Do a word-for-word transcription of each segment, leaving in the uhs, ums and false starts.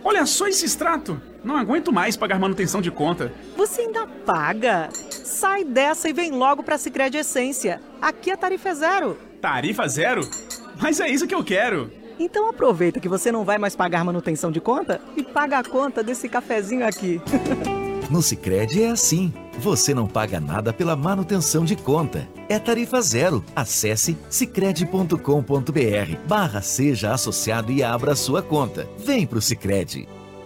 Olha só esse extrato. Não aguento mais pagar manutenção de conta. Você ainda paga? Sai dessa e vem logo pra Sicredi Essência. Aqui a tarifa é zero. Tarifa zero? Mas é isso que eu quero. Então aproveita que você não vai mais pagar manutenção de conta e paga a conta desse cafezinho aqui. No Sicredi é assim. Você não paga nada pela manutenção de conta. É tarifa zero. Acesse sicredi.com.br barra seja associado e abra sua conta. Vem pro Sicredi.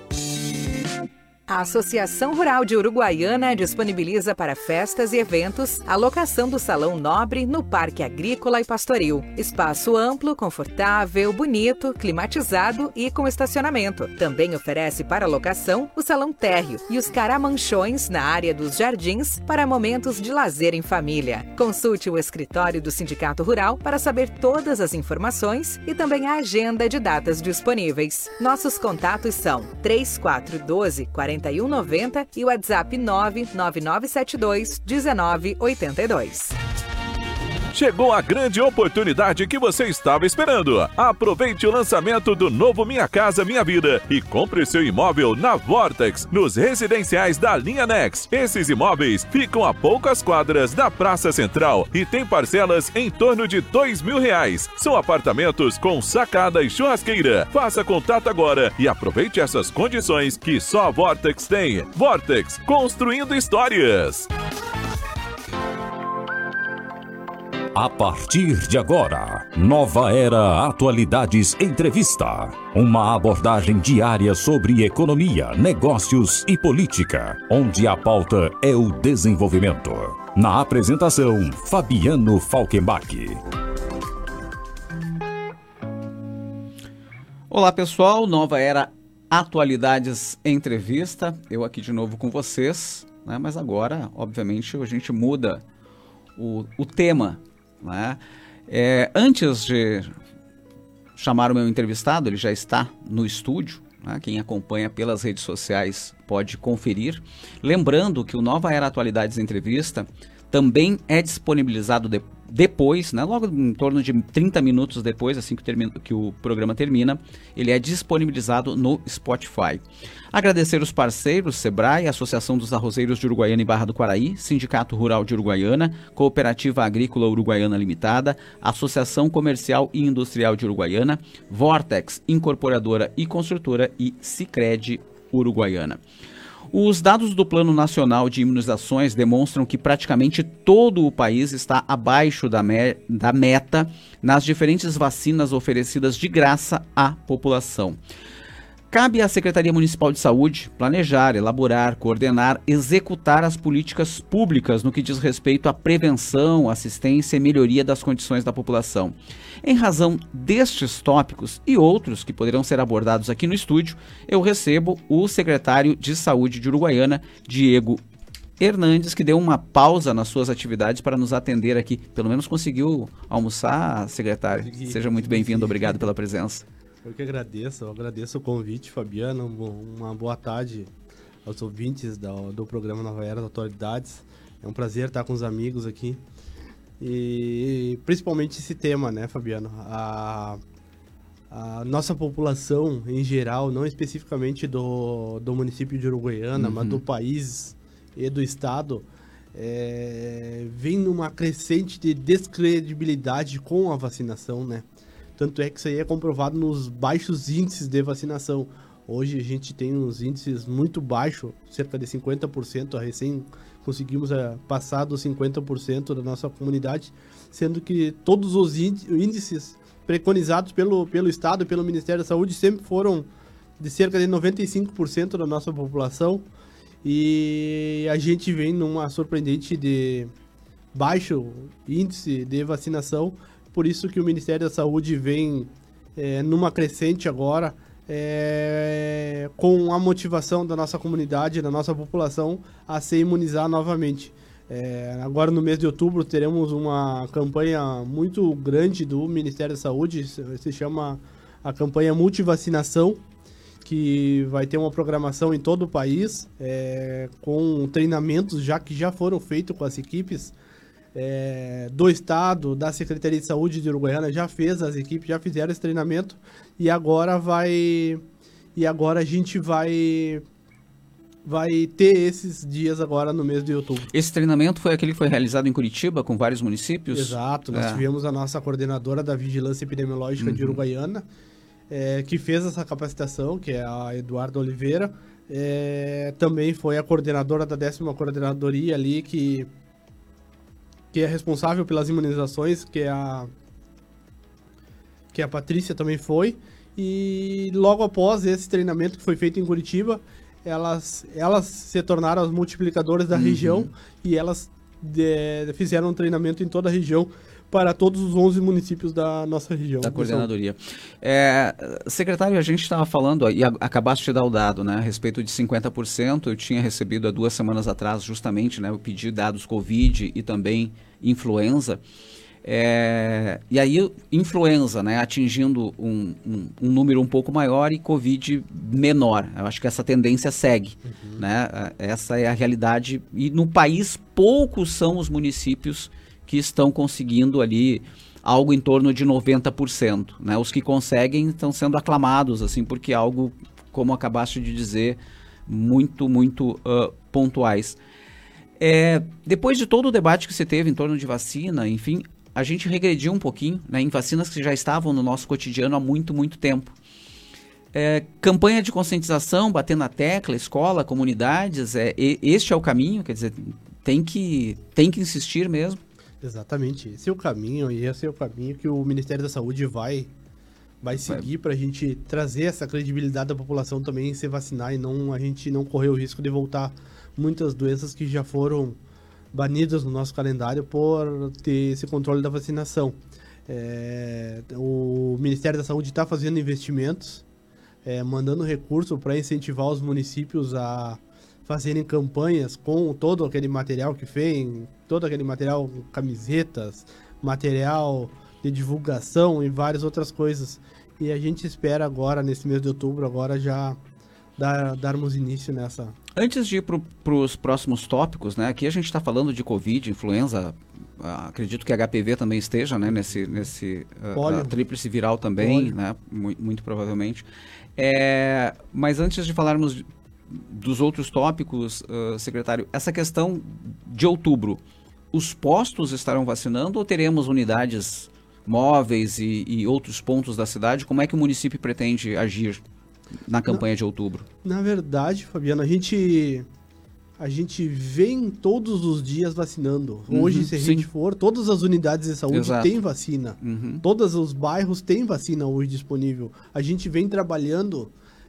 A Associação Rural de Uruguaiana disponibiliza para festas e eventos a locação do Salão Nobre no Parque Agrícola e Pastoril. Espaço amplo, confortável, bonito, climatizado e com estacionamento. Também oferece para locação o Salão Térreo e os Caramanchões na área dos jardins para momentos de lazer em família. Consulte o escritório do Sindicato Rural para saber todas as informações e também a agenda de datas disponíveis. Nossos contatos são três quatro um dois, quatro um nove zero e o WhatsApp nove nove nove sete dois um nove oito dois. Chegou a grande oportunidade que você estava esperando. Aproveite o lançamento do novo Minha Casa Minha Vida e compre seu imóvel na Vortex, nos residenciais da linha Nex. Esses imóveis ficam a poucas quadras da Praça Central e tem parcelas em torno de dois mil reais. São apartamentos com sacada e churrasqueira. Faça contato agora e aproveite essas condições que só a Vortex tem. Vortex, construindo histórias. A partir de agora, Nova Era Atualidades Entrevista. Uma abordagem diária sobre economia, negócios e política, onde a pauta é o desenvolvimento. Na apresentação, Fabiano Falkenbach. Olá pessoal, Nova Era Atualidades Entrevista. Eu aqui de novo com vocês, né? Mas agora, obviamente, a gente muda o, o tema. Né? É, antes de chamar o meu entrevistado, ele já está no estúdio, né? Quem acompanha pelas redes sociais pode conferir. Lembrando que o Nova Era Atualidades Entrevista também é disponibilizado de, depois, né? Logo em torno de trinta minutos depois, assim que, termina, que o programa termina, ele é disponibilizado no Spotify. Agradecer os parceiros, Sebrae, Associação dos Arrozeiros de Uruguaiana e Barra do Quaraí, Sindicato Rural de Uruguaiana, Cooperativa Agrícola Uruguaiana Limitada, Associação Comercial e Industrial de Uruguaiana, Vortex, Incorporadora e Construtora e Sicredi Uruguaiana. Os dados do Plano Nacional de Imunizações demonstram que praticamente todo o país está abaixo da, me- da meta nas diferentes vacinas oferecidas de graça à população. Cabe à Secretaria Municipal de Saúde planejar, elaborar, coordenar, executar as políticas públicas no que diz respeito à prevenção, assistência e melhoria das condições da população. Em razão destes tópicos e outros que poderão ser abordados aqui no estúdio, eu recebo o secretário de Saúde de Uruguaiana, Diego Hernandes, que deu uma pausa nas suas atividades para nos atender aqui. Pelo menos conseguiu almoçar, secretário. Consegui. Seja muito bem-vindo, obrigado pela presença. Eu que agradeço, eu agradeço o convite, Fabiano. Uma boa tarde aos ouvintes do, do programa Nova Era das Atualidades. É um prazer estar com os amigos aqui. E principalmente esse tema, né, Fabiano? A, a nossa população em geral, não especificamente do, do município de Uruguaiana, uhum. mas do país e do estado, é, vem numa crescente de descredibilidade com a vacinação, né? Tanto é que isso aí é comprovado nos baixos índices de vacinação. Hoje a gente tem uns índices muito baixos, cerca de cinquenta por cento, a recém conseguimos é, passar dos cinquenta por cento da nossa comunidade, sendo que todos os índices preconizados pelo, pelo Estado e pelo Ministério da Saúde sempre foram de cerca de noventa e cinco por cento da nossa população, e a gente vem numa surpreendente de baixo índice de vacinação. Por isso que o Ministério da Saúde vem é, numa crescente agora, é, com a motivação da nossa comunidade, da nossa população, a se imunizar novamente. É, agora no mês de outubro teremos uma campanha muito grande do Ministério da Saúde, se chama a campanha Multivacinação, que vai ter uma programação em todo o país, é, com treinamentos já que já foram feitos com as equipes É, do Estado, da Secretaria de Saúde de Uruguaiana, já fez, as equipes já fizeram esse treinamento e agora vai e agora a gente vai, vai ter esses dias agora no mês de outubro. Esse treinamento foi aquele que foi realizado em Curitiba, com vários municípios? Exato, nós é. tivemos a nossa coordenadora da Vigilância Epidemiológica uhum. de Uruguaiana, é, que fez essa capacitação, que é a Eduarda Oliveira. É, também foi a coordenadora da décima coordenadoria ali, que, que é responsável pelas imunizações, que é a, que a Patrícia também foi. E logo após esse treinamento que foi feito em Curitiba, elas, elas se tornaram as multiplicadoras da uhum. região, e elas de, fizeram um treinamento em toda a região para todos os onze municípios da nossa região. Da coordenadoria. É, secretário, a gente estava falando, e acabaste de dar o dado, né, a respeito de cinquenta por cento, eu tinha recebido há duas semanas atrás, justamente, né, eu pedi dados Covid e também influenza, é, e aí influenza, né, atingindo um, um, um número um pouco maior e Covid menor. Eu acho que essa tendência segue, uhum. né, essa é a realidade, e no país poucos são os municípios que estão conseguindo ali algo em torno de noventa por cento, né? Os que conseguem estão sendo aclamados, assim, porque é algo, como acabaste de dizer, muito, muito uh, pontuais. É, depois de todo o debate que se teve em torno de vacina, enfim, a gente regrediu um pouquinho, né, em vacinas que já estavam no nosso cotidiano há muito, muito tempo. É, campanha de conscientização, bater na tecla, escola, comunidades, é, este é o caminho, quer dizer, tem que, tem que insistir mesmo. Exatamente, esse é o caminho, e esse é o caminho que o Ministério da Saúde vai, vai seguir para a gente trazer essa credibilidade da população também em se vacinar, e não, a gente não correr o risco de voltar muitas doenças que já foram banidas no nosso calendário por ter esse controle da vacinação. É, o Ministério da Saúde está fazendo investimentos, é, mandando recurso para incentivar os municípios a fazerem campanhas com todo aquele material que vem, todo aquele material, camisetas, material de divulgação e várias outras coisas. E a gente espera agora, nesse mês de outubro, agora já dar, darmos início nessa. Antes de ir para os próximos tópicos, né? Aqui a gente está falando de Covid, influenza, acredito que H P V também esteja, né? Nesse, nesse uh, a tríplice viral também, né? Muito, muito provavelmente. É, mas antes de falarmos de, dos outros tópicos, uh, secretário, essa questão de outubro, os postos estarão vacinando ou teremos unidades móveis e, e outros pontos da cidade? Como é que o município pretende agir na campanha na, de outubro? Na verdade, Fabiano, a gente, a gente vem todos os dias vacinando. Uhum, Hoje, se a sim. gente for, todas as unidades de saúde Exato. têm vacina. Uhum. Todos os bairros têm vacina hoje disponível. A gente vem trabalhando...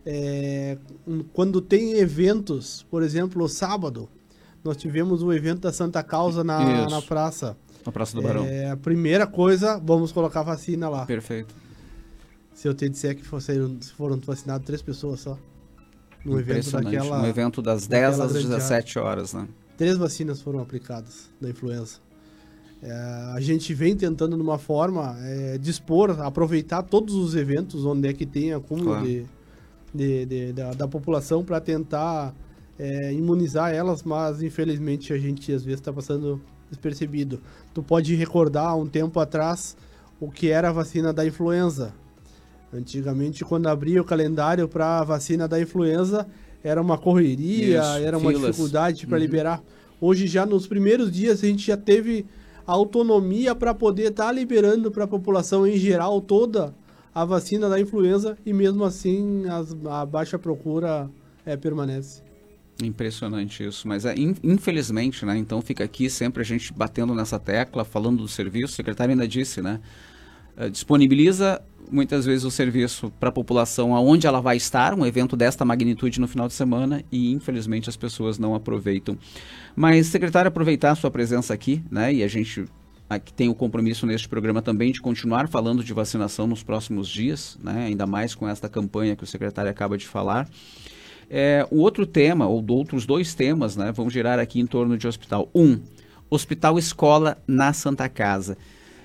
É, quando tem eventos, por exemplo, sábado, nós tivemos o evento da Santa Causa na, na praça. Na Praça do Barão. É, a primeira coisa, vamos colocar vacina lá. Perfeito. Se eu te disser que foram, foram vacinadas três pessoas só. No evento daquela... Um evento das dez às dezessete horas, né? Três vacinas foram aplicadas da influenza. É, a gente vem tentando, de uma forma, é, dispor, aproveitar todos os eventos onde é que tem acúmulo claro. de... De, de, da, da população para tentar é, imunizar elas, mas infelizmente a gente às vezes está passando despercebido. Tu pode recordar um tempo atrás o que era a vacina da influenza. Antigamente, quando abria o calendário para a vacina da influenza, era uma correria, Isso, era uma filas. dificuldade para uhum. liberar. Hoje, já nos primeiros dias, a gente já teve autonomia para poder estar tá liberando para a população em geral toda a vacina da influenza, e mesmo assim as, a baixa procura é, permanece. Impressionante isso, mas é, infelizmente, né, então fica aqui sempre a gente batendo nessa tecla, falando do serviço, o secretário ainda disse, né, uh, disponibiliza muitas vezes o serviço para a população aonde ela vai estar, um evento desta magnitude no final de semana, e infelizmente as pessoas não aproveitam. Mas, secretário, aproveitar a sua presença aqui, né, e a gente... Aqui tem o compromisso neste programa também de continuar falando de vacinação nos próximos dias, né? Ainda mais com esta campanha que o secretário acaba de falar. É, o outro tema, ou outros dois temas, né, vão girar aqui em torno de hospital. Um, Hospital Escola na Santa Casa.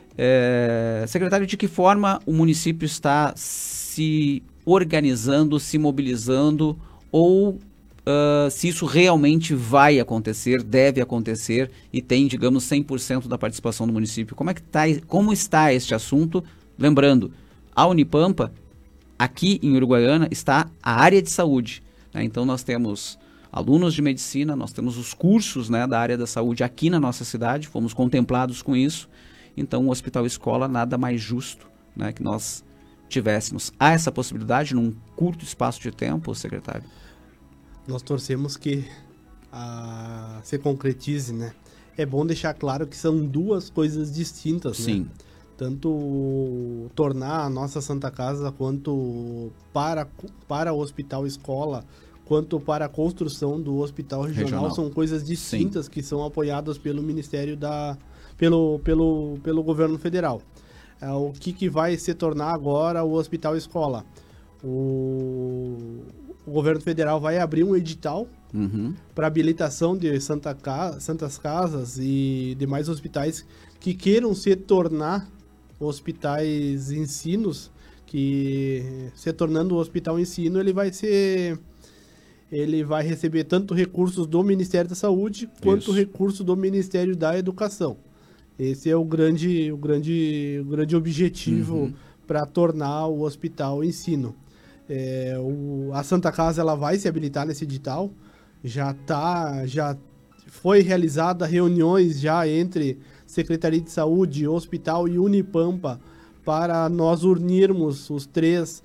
É, secretário, de que forma o município está se organizando, se mobilizando, ou... Uh, se isso realmente vai acontecer, deve acontecer e tem, digamos, cem por cento da participação do município. Como é que tá, como está este assunto? Lembrando, a Unipampa aqui em Uruguaiana está a área de saúde, né? Então nós temos alunos de medicina, nós temos os cursos, né, da área da saúde aqui na nossa cidade, fomos contemplados com isso. Então o Hospital Escola nada mais justo, né, que nós tivéssemos. Há essa possibilidade num curto espaço de tempo, secretário? Nós torcemos que a, se concretize, né? É bom deixar claro que são duas coisas distintas, Sim. né? Tanto tornar a nossa Santa Casa quanto para, para o Hospital Escola, quanto para a construção do Hospital Regional, Regional. são coisas distintas Sim. que são apoiadas pelo Ministério da... pelo, pelo, pelo Governo Federal. É, o que, que vai se tornar agora o Hospital Escola? O, o Governo Federal vai abrir um edital uhum. para habilitação de Santa Ca... Santas Casas e demais hospitais que queiram se tornar hospitais ensinos, que se tornando o hospital ensino, ele vai ser... ele vai receber tanto recursos do Ministério da Saúde quanto Isso. recursos do Ministério da Educação. Esse é o grande, o grande, o grande objetivo uhum. para tornar o hospital ensino. É, o, a Santa Casa ela vai se habilitar nesse edital. Já tá, já foi realizada reuniões já entre Secretaria de Saúde, Hospital e Unipampa para nós unirmos os três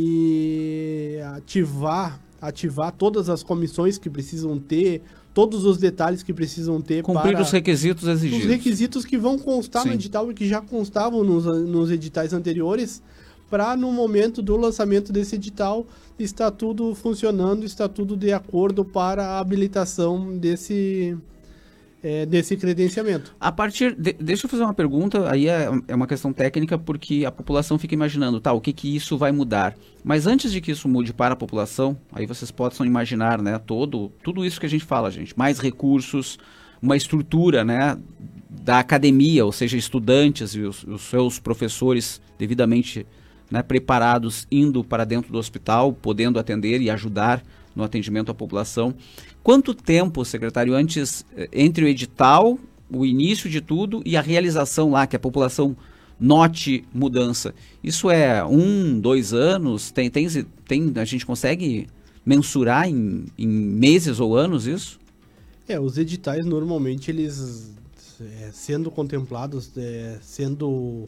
e ativar ativar todas as comissões que precisam ter, todos os detalhes que precisam ter cumprir para... os requisitos exigidos. Os requisitos que vão constar Sim. no edital e que já constavam nos, nos editais anteriores, para no momento do lançamento desse edital, está tudo funcionando, está tudo de acordo para a habilitação desse... É, desse credenciamento. A partir de, deixa eu fazer uma pergunta, aí é, é uma questão técnica, porque a população fica imaginando, tá, o que que isso vai mudar? Mas antes de que isso mude para a população, aí vocês possam imaginar, né, todo, tudo isso que a gente fala, gente, mais recursos, uma estrutura, né, da academia, ou seja, estudantes e os, os seus professores devidamente, né, preparados, indo para dentro do hospital, podendo atender e ajudar no atendimento à população. Quanto tempo, secretário, antes, entre o edital, o início de tudo e a realização lá, que a população note mudança? Isso é um, dois anos? Tem, tem, tem, a gente consegue mensurar em, em meses ou anos isso? É, os editais normalmente eles, é, sendo contemplados, é, sendo...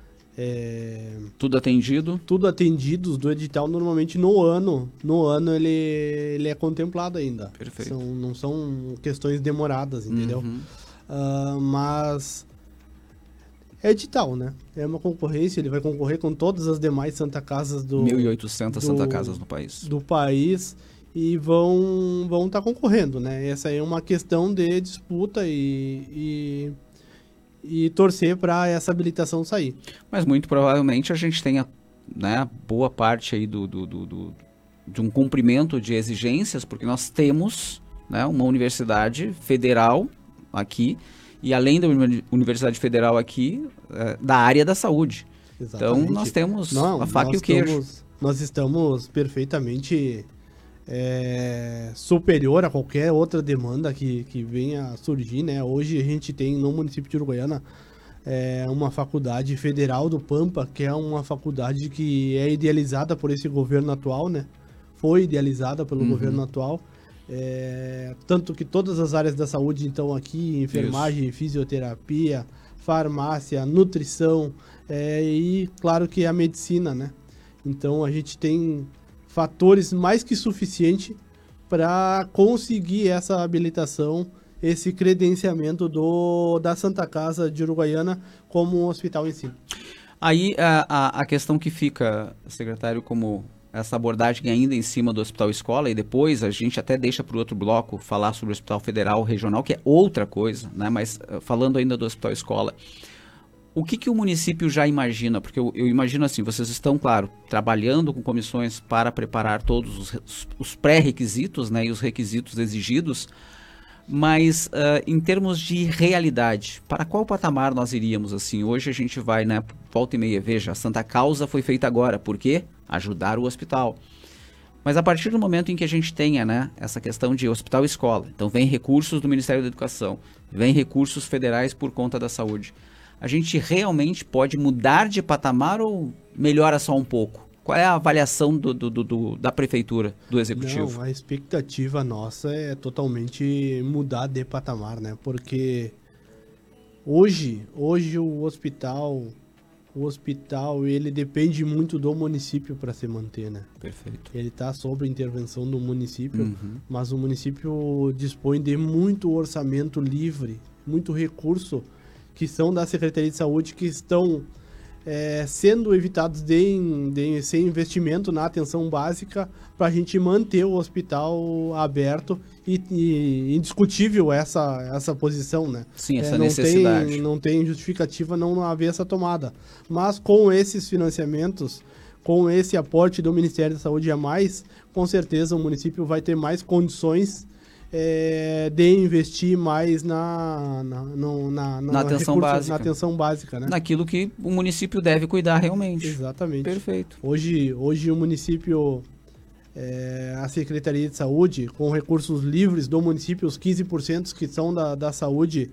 É, tudo atendido? Tudo atendidos do edital, normalmente no ano, no ano ele, ele é contemplado ainda. Perfeito. São, não são questões demoradas, entendeu? Uhum. Uh, mas é edital, né? É uma concorrência, ele vai concorrer com todas as demais Santa Casas do... mil e oitocentas Santa Casas no país. Do país e vão vão estar tá concorrendo, né? Essa é uma questão de disputa e... e e torcer para essa habilitação sair. Mas muito provavelmente a gente tenha, né, boa parte aí do, do, do, do, de um cumprimento de exigências, porque nós temos, né, uma universidade federal aqui, e além da universidade federal aqui, é, da área da saúde. Exatamente. Então nós temos Não, a faca e o queijo. Estamos, nós estamos perfeitamente... É, superior a qualquer outra demanda que, que venha a surgir, né? Hoje a gente tem no município de Uruguaiana é, uma faculdade federal do Pampa, que é uma faculdade que é idealizada por esse governo atual, né? Foi idealizada pelo uhum. governo atual. É, tanto que todas as áreas da saúde estão aqui, enfermagem, Isso. fisioterapia, farmácia, nutrição é, e claro que a medicina, né? Então a gente tem fatores mais que suficiente para conseguir essa habilitação, esse credenciamento do, da Santa Casa de Uruguaiana como um hospital em si. Aí a, a, a questão que fica, secretário, como essa abordagem ainda em cima do Hospital Escola, e depois a gente até deixa para o outro bloco falar sobre o Hospital Federal Regional, que é outra coisa, né? Mas falando ainda do Hospital Escola, o que, que o município já imagina? Porque eu, eu imagino assim, vocês estão, claro, trabalhando com comissões para preparar todos os, os pré-requisitos, né, e os requisitos exigidos, mas uh, em termos de realidade, para qual patamar nós iríamos? Assim, hoje a gente vai, né, volta e meia, veja, a Santa Causa foi feita agora, por quê? Ajudar o hospital. Mas a partir do momento em que a gente tenha, né, essa questão de hospital-escola, então vem recursos do Ministério da Educação, vem recursos federais por conta da saúde, a gente realmente pode mudar de patamar ou melhora só um pouco? Qual é a avaliação do, do, do, do, da prefeitura, do executivo? Não, a expectativa nossa é totalmente mudar de patamar, né? Porque hoje, hoje o hospital, o hospital, ele depende muito do município para se manter, né? Perfeito. Ele está sob intervenção do município, Uhum. mas o município dispõe de muito orçamento livre, muito recurso que são da Secretaria de Saúde que estão É, sendo evitados de, de ser investimento na atenção básica para a gente manter o hospital aberto e, e indiscutível essa, essa posição, né? Sim, essa é, não necessidade. Tem, não tem justificativa não haver essa tomada. Mas com esses financiamentos, com esse aporte do Ministério da Saúde a mais, com certeza o município vai ter mais condições É, de investir mais na, na, no, na, na, atenção recurso, básica. na atenção básica, né? Naquilo que o município deve cuidar realmente. Exatamente. Perfeito. Hoje, hoje o município, é, a Secretaria de Saúde, com recursos livres do município, os quinze por cento que são da, da saúde,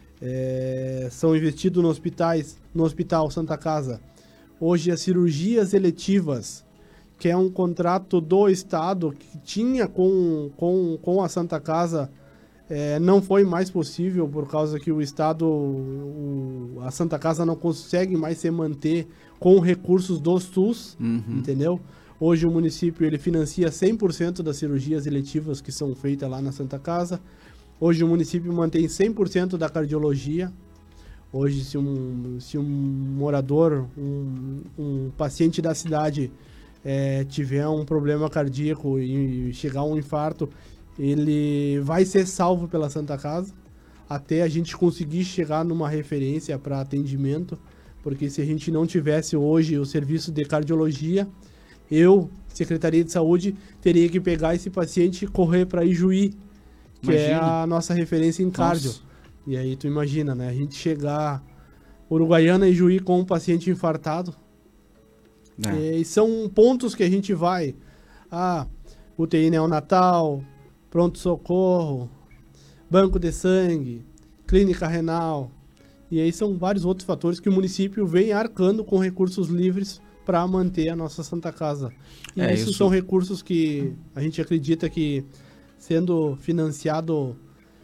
é, são investidos nos hospitais, no Hospital Santa Casa. Hoje as cirurgias eletivas, que é um contrato do Estado que tinha com, com, com a Santa Casa, é, não foi mais possível por causa que o Estado, o, a Santa Casa não consegue mais se manter com recursos do SUS, Uhum. entendeu? Hoje o município ele financia cem por cento das cirurgias eletivas que são feitas lá na Santa Casa. Hoje o município mantém cem por cento da cardiologia. Hoje se um, se um morador, um, um paciente da cidade É, tiver um problema cardíaco e chegar um infarto, ele vai ser salvo pela Santa Casa até a gente conseguir chegar numa referência para atendimento, porque se a gente não tivesse hoje o serviço de cardiologia, eu, Secretaria de Saúde, teria que pegar esse paciente e correr para Ijuí, que Imagina. é a nossa referência em cardio. Nossa. E aí tu imagina, né? A gente chegar Uruguaiana e Ijuí com um paciente infartado. É. E são pontos que a gente vai. Ah, U T I neonatal, pronto-socorro, banco de sangue, clínica renal. E aí são vários outros fatores que o município vem arcando com recursos livres para manter a nossa Santa Casa. E É, isso, isso são recursos que a gente acredita que, sendo financiado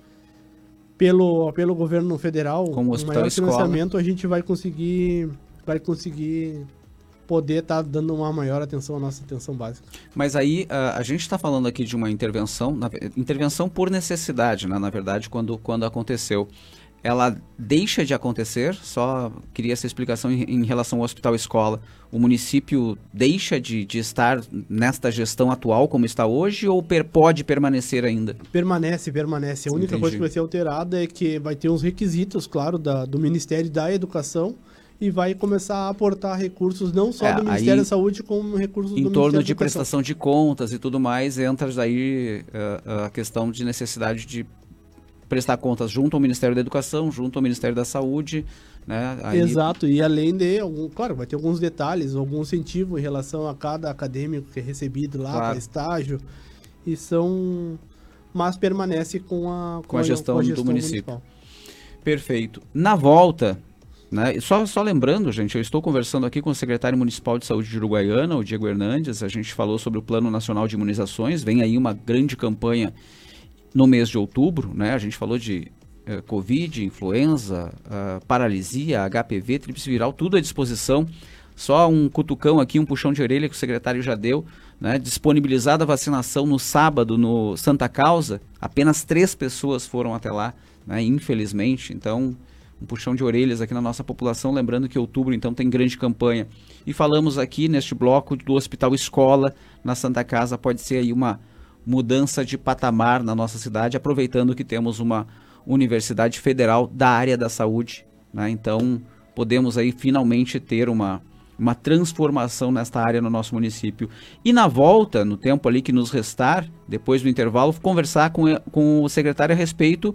pelo, pelo governo federal, Como o hospital maior escola. financiamento, a gente vai conseguir, vai conseguir poder estar tá dando uma maior atenção à nossa atenção básica. Mas aí a, a gente está falando aqui de uma intervenção, na, intervenção por necessidade, né? Na verdade, quando, quando aconteceu. Ela deixa de acontecer, só queria essa explicação em, em relação ao hospital escola. O município deixa de, de estar nesta gestão atual como está hoje ou per, pode permanecer ainda? Permanece, permanece. A única Entendi. coisa que vai ser alterada é que vai ter uns requisitos, claro, da, do Ministério da Educação e vai começar a aportar recursos não só É, do Ministério aí, da Saúde, como recursos do Em Ministério torno da de Educação. prestação de contas e tudo mais, entra daí uh, a questão de necessidade de prestar contas junto ao Ministério da Educação, junto ao Ministério da Saúde, né? Aí... Exato, e além de, algum, claro, vai ter alguns detalhes, algum incentivo em relação a cada acadêmico que é recebido lá Claro. para estágio, e são, mas permanece com a, Com a gestão com a do município. municipal. Perfeito. Na volta, né, só, só lembrando, gente, eu estou conversando aqui com o secretário municipal de saúde de Uruguaiana, o Diego Hernandes, a gente falou sobre o Plano Nacional de Imunizações, vem aí uma grande campanha no mês de outubro, né? A gente falou de uh, Covid, influenza, uh, paralisia, H P V, tríplice viral, tudo à disposição. Só um cutucão aqui, um puxão de orelha que o secretário já deu, né? Disponibilizada a vacinação no sábado no Santa Causa, apenas três pessoas foram até lá, né? Infelizmente. Então, um puxão de orelhas aqui na nossa população, lembrando que outubro então tem grande campanha. E falamos aqui neste bloco do Hospital Escola na Santa Casa, pode ser aí uma mudança de patamar na nossa cidade, aproveitando que temos uma universidade federal da área da saúde, né? Então podemos aí finalmente ter uma, uma transformação nesta área no nosso município. E na volta, no tempo ali que nos restar, depois do intervalo, conversar com, com o secretário a respeito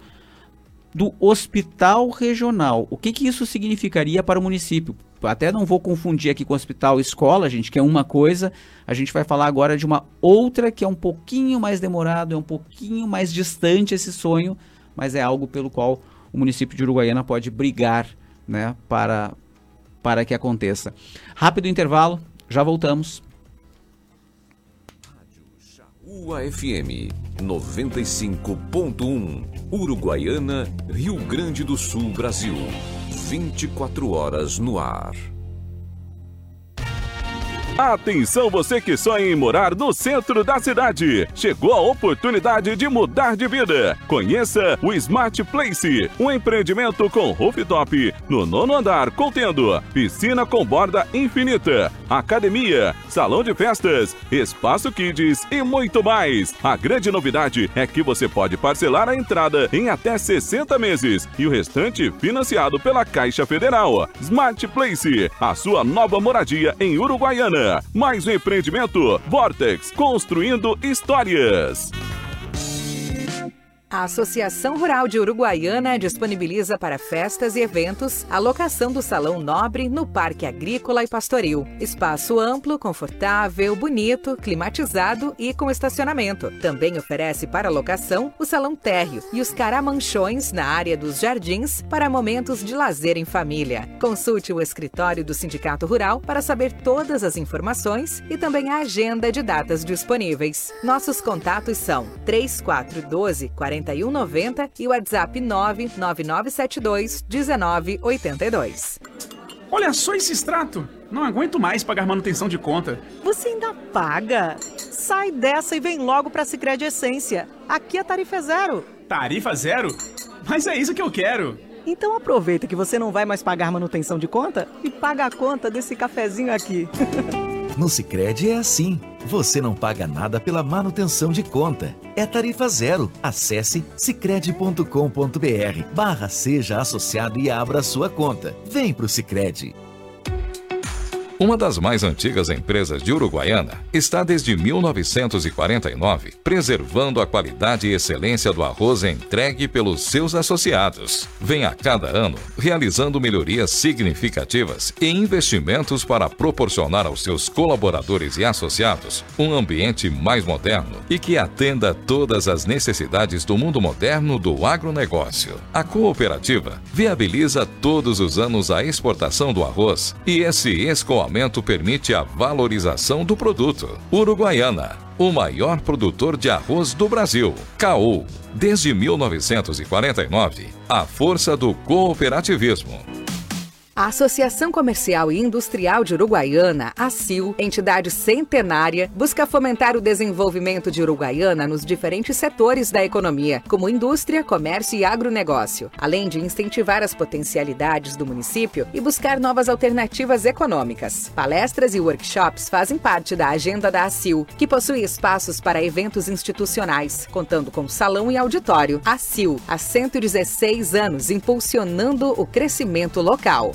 do hospital regional. O que que isso significaria para o município? Até não vou confundir aqui com o hospital escola, gente, que é uma coisa. A gente vai falar agora de uma outra que é um pouquinho mais demorado, é um pouquinho mais distante esse sonho, mas é algo pelo qual o município de Uruguaiana pode brigar, né, para, para que aconteça. Rápido intervalo, já voltamos. U A F M noventa e cinco ponto um, Uruguaiana, Rio Grande do Sul, Brasil. vinte e quatro horas no ar. Atenção, você que sonha em morar no centro da cidade. Chegou a oportunidade de mudar de vida. Conheça o Smart Place, um empreendimento com rooftop no nono andar, contendo piscina com borda infinita, academia, salão de festas, espaço kids e muito mais. A grande novidade é que você pode parcelar a entrada em até sessenta meses e o restante financiado pela Caixa Federal. Smart Place, a sua nova moradia em Uruguaiana. Mais um empreendimento, Vortex, construindo histórias. A Associação Rural de Uruguaiana disponibiliza para festas e eventos a locação do Salão Nobre no Parque Agrícola e Pastoril. Espaço amplo, confortável, bonito, climatizado e com estacionamento. Também oferece para locação o Salão Térreo e os caramanchões na área dos jardins para momentos de lazer em família. Consulte o escritório do Sindicato Rural para saber todas as informações e também a agenda de datas disponíveis. Nossos contatos são três quatro um dois, quatro um nove zero e o WhatsApp nove nove nove sete dois um nove oito dois. Olha só esse extrato. Não aguento mais pagar manutenção de conta. Você ainda paga? Sai dessa e vem logo para a Sicredi Essência. Aqui a tarifa é zero. Tarifa zero? Mas é isso que eu quero. Então aproveita que você não vai mais pagar manutenção de conta e paga a conta desse cafezinho aqui. No Sicredi é assim. Você não paga nada pela manutenção de conta. É tarifa zero. Acesse sicredi.com.br barra seja associado e abra sua conta. Vem pro Sicredi. Uma das mais antigas empresas de Uruguaiana está desde mil novecentos e quarenta e nove preservando a qualidade e excelência do arroz entregue pelos seus associados. Vem a cada ano realizando melhorias significativas e investimentos para proporcionar aos seus colaboradores e associados um ambiente mais moderno e que atenda todas as necessidades do mundo moderno do agronegócio. A cooperativa viabiliza todos os anos a exportação do arroz e esse escoamento permite a valorização do produto. Uruguaiana, o maior produtor de arroz do Brasil. C A U, desde mil novecentos e quarenta e nove, a força do cooperativismo. A Associação Comercial e Industrial de Uruguaiana, a ACIL, entidade centenária, busca fomentar o desenvolvimento de Uruguaiana nos diferentes setores da economia, como indústria, comércio e agronegócio, além de incentivar as potencialidades do município e buscar novas alternativas econômicas. Palestras e workshops fazem parte da agenda da ACIL, que possui espaços para eventos institucionais, contando com salão e auditório. ACIL, há cento e dezesseis anos, impulsionando o crescimento local.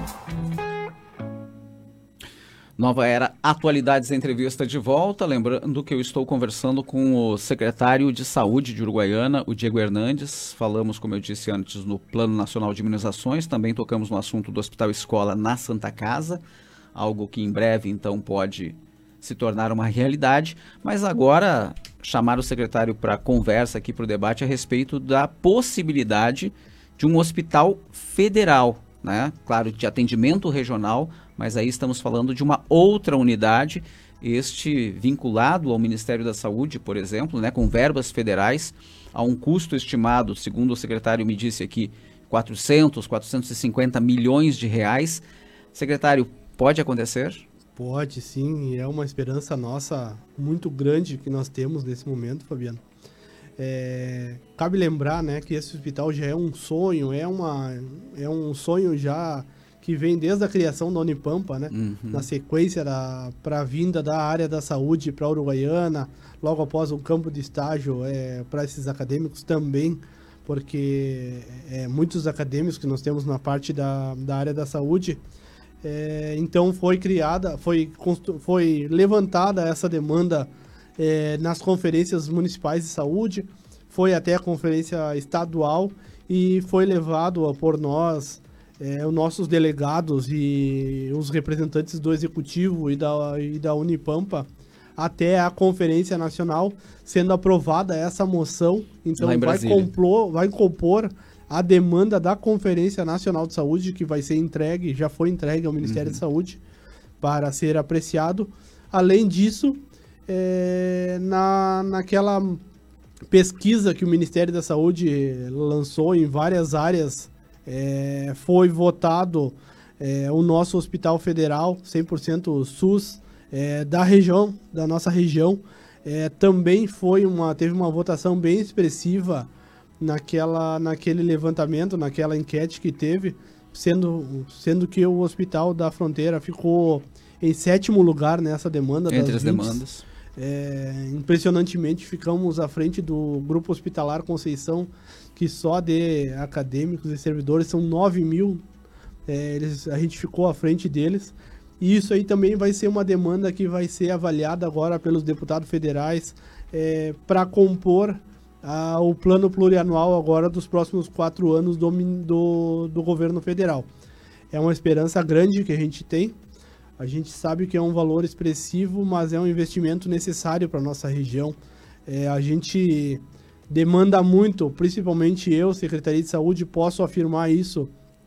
Nova Era Atualidades, entrevista de volta. Lembrando que eu estou conversando com o secretário de Saúde de Uruguaiana, o Diego Hernandes. Falamos, como eu disse antes, no Plano Nacional de Imunizações. Também tocamos no assunto do Hospital Escola na Santa Casa, algo que em breve, então, pode se tornar uma realidade. Mas agora, chamar o secretário para conversa aqui, para o debate, a respeito da possibilidade de um hospital federal, né? Claro, de atendimento regional, mas aí estamos falando de uma outra unidade, este vinculado ao Ministério da Saúde, por exemplo, né, com verbas federais, a um custo estimado, segundo o secretário me disse aqui, quatrocentos, quatrocentos e cinquenta milhões de reais. Secretário, pode acontecer? Pode, sim, é uma esperança nossa muito grande que nós temos nesse momento, Fabiano. É, cabe lembrar, né, que esse hospital já é um sonho, é, uma, é um sonho já que vem desde a criação da Unipampa, né, uhum. na sequência para a vinda da área da saúde para a Uruguaiana, logo após um campo de estágio é, para esses acadêmicos também, porque é, muitos acadêmicos que nós temos na parte da, da área da saúde, é, então foi criada, foi, foi levantada essa demanda É, nas conferências municipais de saúde, foi até a conferência estadual e foi levado por nós, é, os nossos delegados e os representantes do Executivo e da, e da Unipampa até a Conferência Nacional, sendo aprovada essa moção. Então vai compor, vai compor a demanda da Conferência Nacional de Saúde, que vai ser entregue, já foi entregue ao Ministério uhum. da Saúde para ser apreciado. Além disso, é, na, naquela pesquisa que o Ministério da Saúde lançou em várias áreas, é, foi votado é, o nosso Hospital Federal, cem por cento SUS, é, da região, da nossa região. É, também foi uma, teve uma votação bem expressiva naquela, naquele levantamento, naquela enquete que teve, sendo, sendo que o Hospital da Fronteira ficou em sétimo lugar nessa demanda. Entre das as vinte. demandas. É, impressionantemente, ficamos à frente do Grupo Hospitalar Conceição, que só de acadêmicos e servidores são nove mil. É, eles, a gente ficou à frente deles. E isso aí também vai ser uma demanda que vai ser avaliada agora pelos deputados federais é, para compor a, o plano plurianual agora dos próximos quatro anos do, do, do governo federal. É uma esperança grande que a gente tem. A gente sabe que é um valor expressivo, mas é um investimento necessário para a nossa região. É, a gente demanda muito, principalmente eu, Secretaria de Saúde, posso afirmar isso.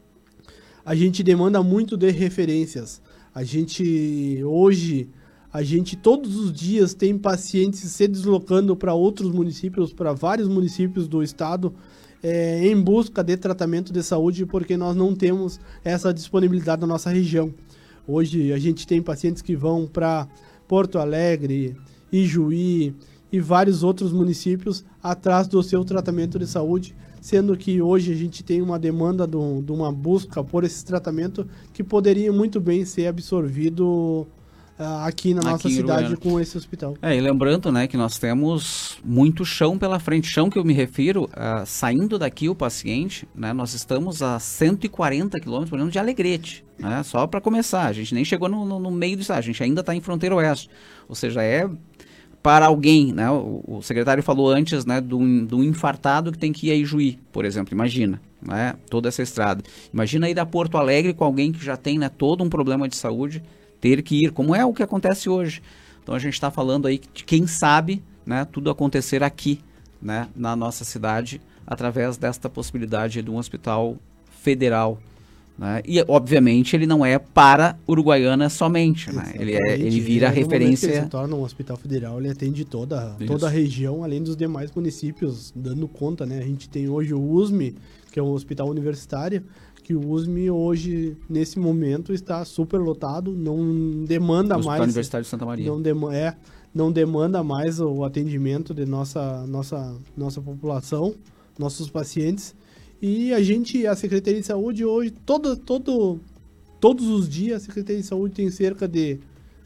A gente demanda muito de referências. A gente, hoje, a gente todos os dias tem pacientes se deslocando para outros municípios, para vários municípios do estado, é, em busca de tratamento de saúde, porque nós não temos essa disponibilidade na nossa região. Hoje a gente tem pacientes que vão para Porto Alegre, Ijuí e vários outros municípios atrás do seu tratamento de saúde, sendo que hoje a gente tem uma demanda do, de uma busca por esse tratamento que poderia muito bem ser absorvido uh, aqui na nossa aqui cidade com esse hospital. É, e lembrando, né, que nós temos muito chão pela frente. Chão que eu me refiro, uh, saindo daqui o paciente, né, nós estamos a cento e quarenta quilômetros, por exemplo, de Alegrete, né, só para começar. A gente nem chegou no, no, no meio do estado, a gente ainda está em fronteira oeste. Ou seja, é para alguém, né, o, o secretário falou antes, né, do, do infartado que tem que ir a Ijuí, por exemplo, imagina, né, toda essa estrada. Imagina ir da Porto Alegre com alguém que já tem, né, todo um problema de saúde, ter que ir, como é o que acontece hoje. Então a gente está falando aí de quem sabe, né, tudo acontecer aqui, né, na nossa cidade, através desta possibilidade de um hospital federal, né? E obviamente ele não é para Uruguaiana somente, né? Ele, é, ele vira é, referência. Ele se torna um hospital federal, ele atende toda, toda a região, além dos demais municípios, dando conta, né? A gente tem hoje o U S M, que é um hospital universitário, que o U S M hoje, nesse momento, está super lotado, não demanda Hospital mais... Universitário de Santa Maria. Não, dem é, não demanda mais o atendimento de nossa, nossa, nossa população, nossos pacientes. E a gente, a Secretaria de Saúde hoje, todo, todo, todos os dias, a Secretaria de Saúde tem cerca de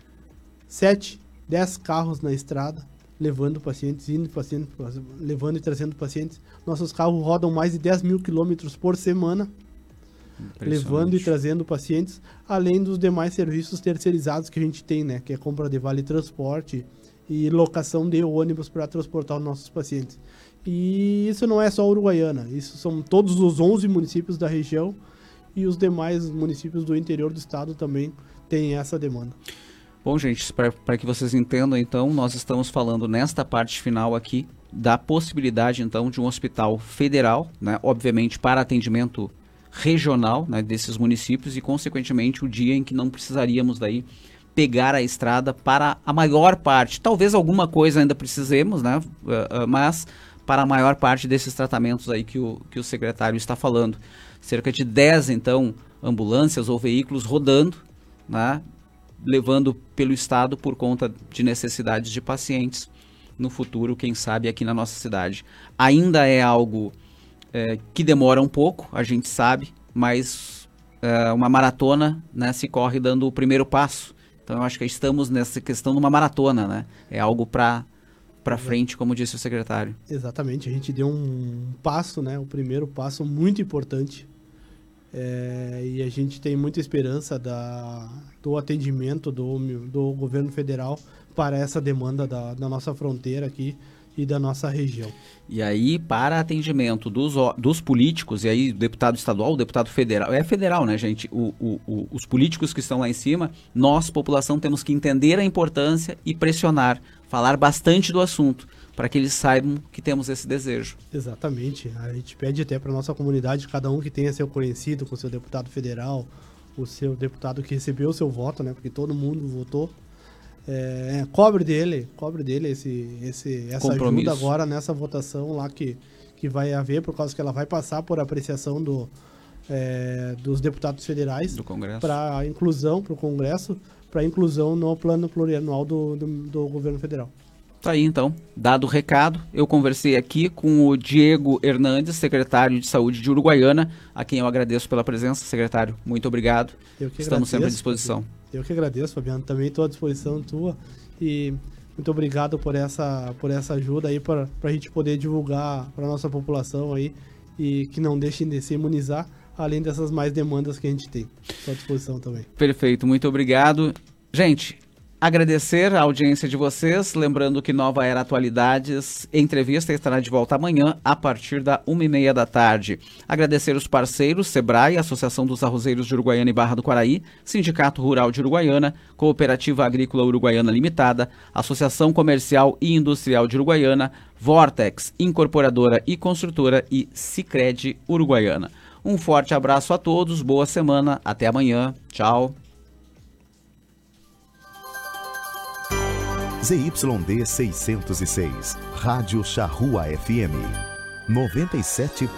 sete, dez carros na estrada, levando pacientes, indo pacientes, levando e trazendo pacientes. Nossos carros rodam mais de dez mil quilômetros por semana, levando e trazendo pacientes, além dos demais serviços terceirizados que a gente tem, né? Que é compra de vale transporte e locação de ônibus para transportar os nossos pacientes. E isso não é só Uruguaiana, isso são todos os onze municípios da região e os demais municípios do interior do estado também têm essa demanda. Bom, gente, para que vocês entendam, então, nós estamos falando nesta parte final aqui da possibilidade, então, de um hospital federal, né, obviamente para atendimento regional, né, desses municípios e, consequentemente, o dia em que não precisaríamos daí pegar a estrada para a maior parte. Talvez alguma coisa ainda precisemos, né, uh, uh, mas para a maior parte desses tratamentos aí que o, que o secretário está falando. Cerca de dez, então, ambulâncias ou veículos rodando, né, levando pelo estado por conta de necessidades de pacientes no futuro, quem sabe, aqui na nossa cidade. Ainda é algo é, que demora um pouco, a gente sabe, mas é, uma maratona, né, se corre dando o primeiro passo. Então eu acho que estamos nessa questão de uma maratona, né? É algo para para frente, como disse o secretário. Exatamente, a gente deu um passo, né? O primeiro passo muito importante. É, e a gente tem muita esperança da, do atendimento do, do governo federal para essa demanda da, da nossa fronteira aqui e da nossa região. E aí, para atendimento dos, dos políticos, e aí deputado estadual, deputado federal, é federal, né, gente? O, o, o, os políticos que estão lá em cima, nós, população, temos que entender a importância e pressionar, falar bastante do assunto, para que eles saibam que temos esse desejo. Exatamente. A gente pede até para a nossa comunidade, cada um que tenha seu conhecido com o seu deputado federal, o seu deputado que recebeu o seu voto, né, porque todo mundo votou, é, cobre dele, cobre dele esse, esse, essa Compromisso. ajuda agora nessa votação lá que, que vai haver, por causa que ela vai passar por apreciação do, é, dos deputados federais Do Congresso. para inclusão, para o Congresso, para inclusão no plano plurianual do, do, do governo federal. Tá aí, então, dado o recado, eu conversei aqui com o Diego Hernandes, secretário de Saúde de Uruguaiana, a quem eu agradeço pela presença, secretário. Muito obrigado. Eu que Estamos agradeço, sempre à disposição. Eu que agradeço, Fabiano. Também estou à disposição tua. E muito obrigado por essa, por essa ajuda aí para a gente poder divulgar para a nossa população aí e que não deixem de se imunizar, além dessas mais demandas que a gente tem. Estou à disposição também. Perfeito, muito obrigado. Gente, agradecer a audiência de vocês, lembrando que Nova Era Atualidades Entrevista estará de volta amanhã a partir da uma e meia da tarde. Agradecer os parceiros Sebrae, Associação dos Arrozeiros de Uruguaiana e Barra do Quaraí, Sindicato Rural de Uruguaiana, Cooperativa Agrícola Uruguaiana Limitada, Associação Comercial e Industrial de Uruguaiana, Vortex, Incorporadora e Construtora e Sicredi Uruguaiana. Um forte abraço a todos, boa semana, até amanhã, tchau. Z Y D seiscentos e seis, Rádio Charrua F M, noventa e sete